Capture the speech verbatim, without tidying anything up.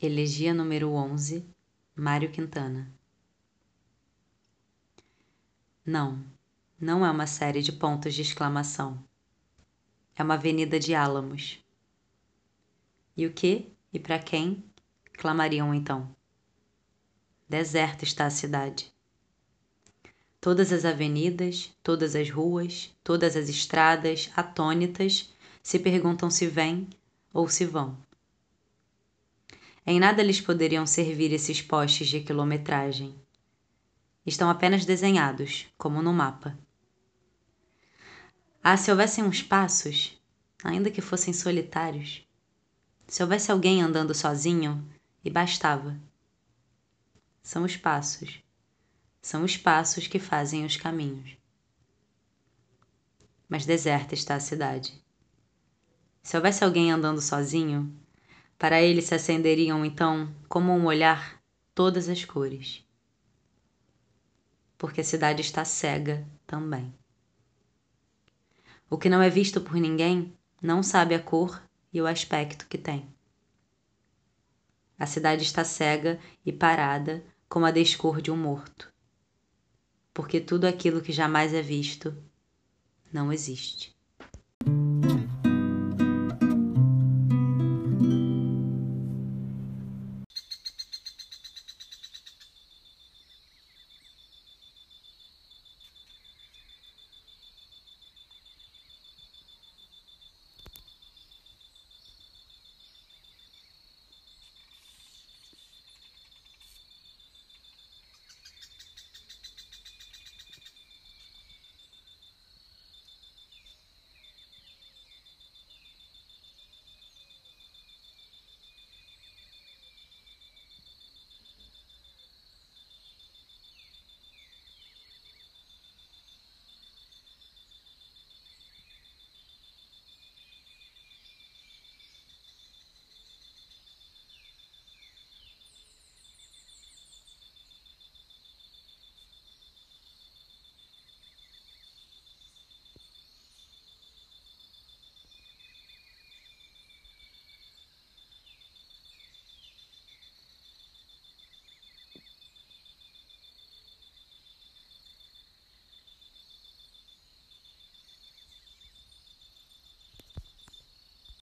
Elegia número onze, Mário Quintana. Não, não é uma série de pontos de exclamação. É uma avenida de álamos. E o que e para quem clamariam então? Deserta está a cidade. Todas as avenidas, todas as ruas, todas as estradas, atônitas, se perguntam se vêm ou se vão. Em nada lhes poderiam servir esses postes de quilometragem. Estão apenas desenhados, como no mapa. Ah, se houvessem uns passos, ainda que fossem solitários, se houvesse alguém andando sozinho, e bastava. São os passos. São os passos que fazem os caminhos. Mas deserta está a cidade. Se houvesse alguém andando sozinho, para ele se acenderiam então, como um olhar, todas as cores. Porque a cidade está cega também. O que não é visto por ninguém não sabe a cor e o aspecto que tem. A cidade está cega e parada como a descor de um morto. Porque tudo aquilo que jamais é visto não existe.